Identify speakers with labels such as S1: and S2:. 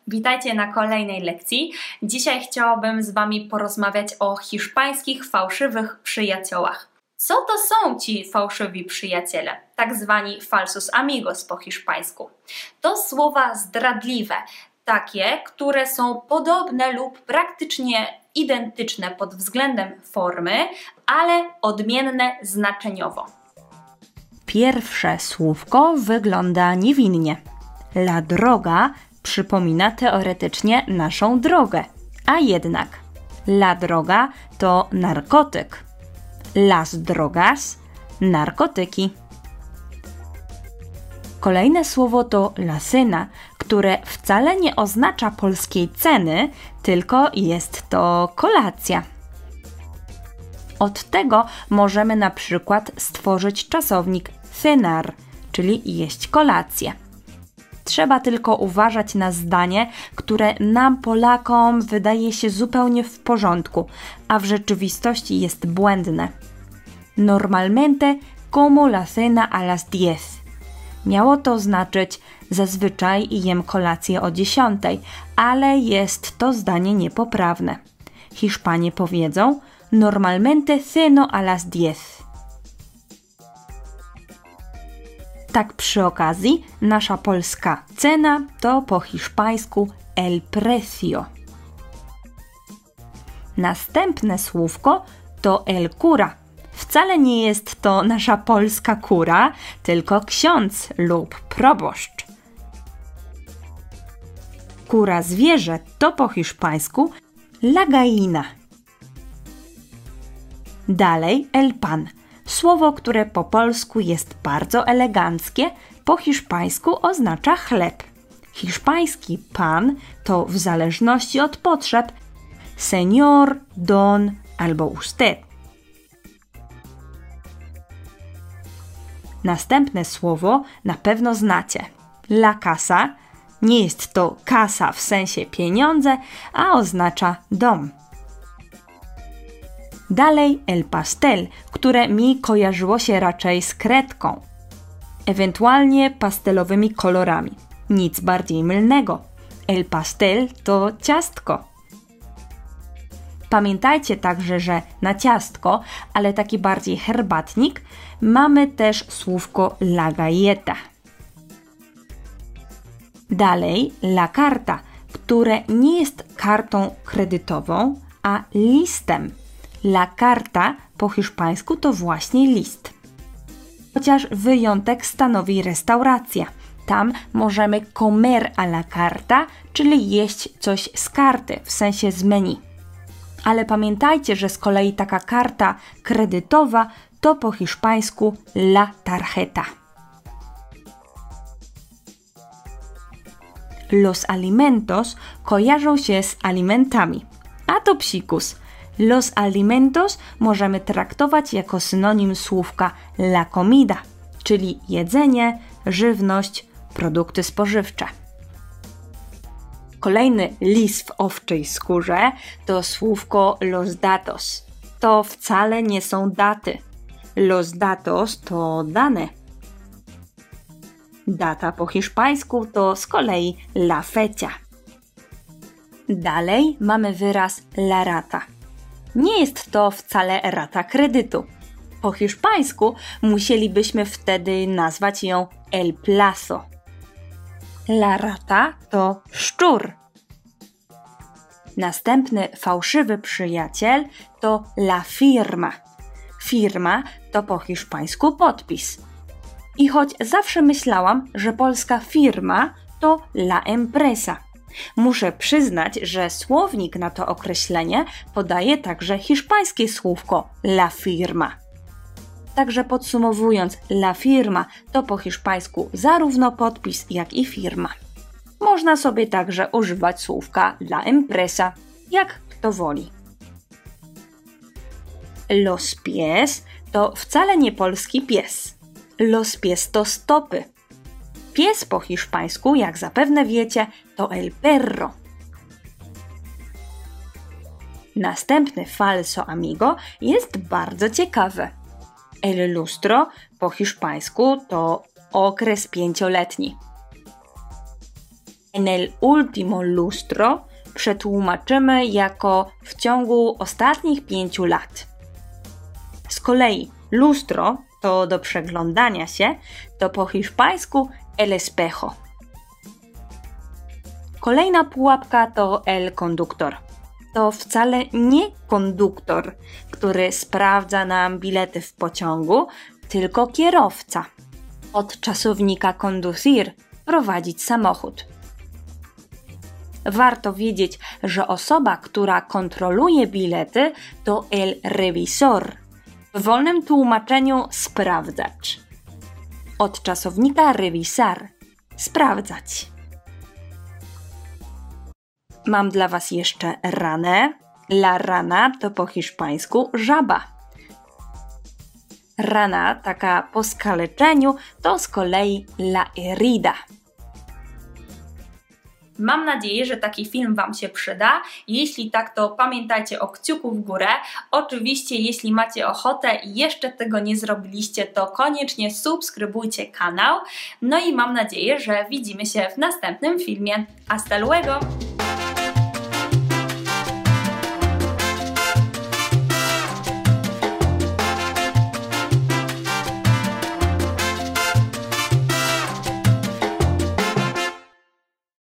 S1: Witajcie na kolejnej lekcji. Dzisiaj chciałabym z Wami porozmawiać o hiszpańskich fałszywych przyjaciołach. Co to są ci fałszywi przyjaciele? Tak zwani falsos amigos po hiszpańsku. To słowa zdradliwe, takie, które są podobne lub praktycznie identyczne pod względem formy, ale odmienne znaczeniowo.
S2: Pierwsze słówko wygląda niewinnie. La droga przypomina teoretycznie naszą drogę, a jednak la droga to narkotyk. Las drogas – narkotyki. Kolejne słowo to la cena, które wcale nie oznacza polskiej ceny, tylko jest to kolacja. Od tego możemy na przykład stworzyć czasownik cenar, czyli jeść kolację. Trzeba tylko uważać na zdanie, które nam, Polakom, wydaje się zupełnie w porządku, a w rzeczywistości jest błędne. Normalmente como la cena a las 10. Miało to znaczyć zazwyczaj jem kolację o 10, ale jest to zdanie niepoprawne. Hiszpanie powiedzą normalmente ceno a las 10. Tak przy okazji, nasza polska cena to po hiszpańsku el precio. Następne słówko to el cura. Wcale nie jest to nasza polska kura, tylko ksiądz lub proboszcz. Kura zwierzę to po hiszpańsku la gallina. Dalej el pan. Słowo, które po polsku jest bardzo eleganckie, po hiszpańsku oznacza chleb. Hiszpański pan to w zależności od potrzeb señor, don albo usted. Następne słowo na pewno znacie. La casa nie jest to kasa w sensie pieniądze, a oznacza dom. Dalej el pastel, które mi kojarzyło się raczej z kredką, ewentualnie pastelowymi kolorami. Nic bardziej mylnego. El pastel to ciastko. Pamiętajcie także, że na ciastko, ale taki bardziej herbatnik, mamy też słówko la galleta. Dalej la carta, które nie jest kartą kredytową, a listem. La carta po hiszpańsku to właśnie list. Chociaż wyjątek stanowi restauracja. Tam możemy comer a la carta, czyli jeść coś z karty, w sensie z menu. Ale pamiętajcie, że z kolei taka karta kredytowa to po hiszpańsku la tarjeta. Los alimentos kojarzą się z alimentami, a to psikus. Los alimentos możemy traktować jako synonim słówka la comida, czyli jedzenie, żywność, produkty spożywcze. Kolejny lis w owczej skórze to słówko los datos. To wcale nie są daty. Los datos to dane. Data po hiszpańsku to z kolei la fecha. Dalej mamy wyraz la rata. Nie jest to wcale rata kredytu. Po hiszpańsku musielibyśmy wtedy nazwać ją el plazo. La rata to szczur. Następny fałszywy przyjaciel to la firma. Firma to po hiszpańsku podpis. I choć zawsze myślałam, że polska firma to la empresa, muszę przyznać, że słownik na to określenie podaje także hiszpańskie słówko la firma. Także podsumowując, la firma to po hiszpańsku zarówno podpis, jak i firma. Można sobie także używać słówka la empresa, jak kto woli. Los pies to wcale nie polski pies. Los pies to stopy. Pies po hiszpańsku, jak zapewne wiecie, to el perro. Następny falso amigo jest bardzo ciekawy. El lustro po hiszpańsku to okres 5-letni. En el último lustro przetłumaczymy jako w ciągu ostatnich 5 lat. Z kolei lustro to do przeglądania się, to po hiszpańsku el espejo. Kolejna pułapka to el conductor. To wcale nie konduktor, który sprawdza nam bilety w pociągu, tylko kierowca. Od czasownika conducir prowadzić samochód. Warto wiedzieć, że osoba, która kontroluje bilety, to el revisor. W wolnym tłumaczeniu sprawdzacz. Od czasownika revisar sprawdzać. Mam dla Was jeszcze ranę. La rana to po hiszpańsku żaba. Rana, taka po skaleczeniu, to z kolei la herida.
S1: Mam nadzieję, że taki film Wam się przyda. Jeśli tak, to pamiętajcie o kciuku w górę. Oczywiście, jeśli macie ochotę i jeszcze tego nie zrobiliście, to koniecznie subskrybujcie kanał. No i mam nadzieję, że widzimy się w następnym filmie. Hasta luego!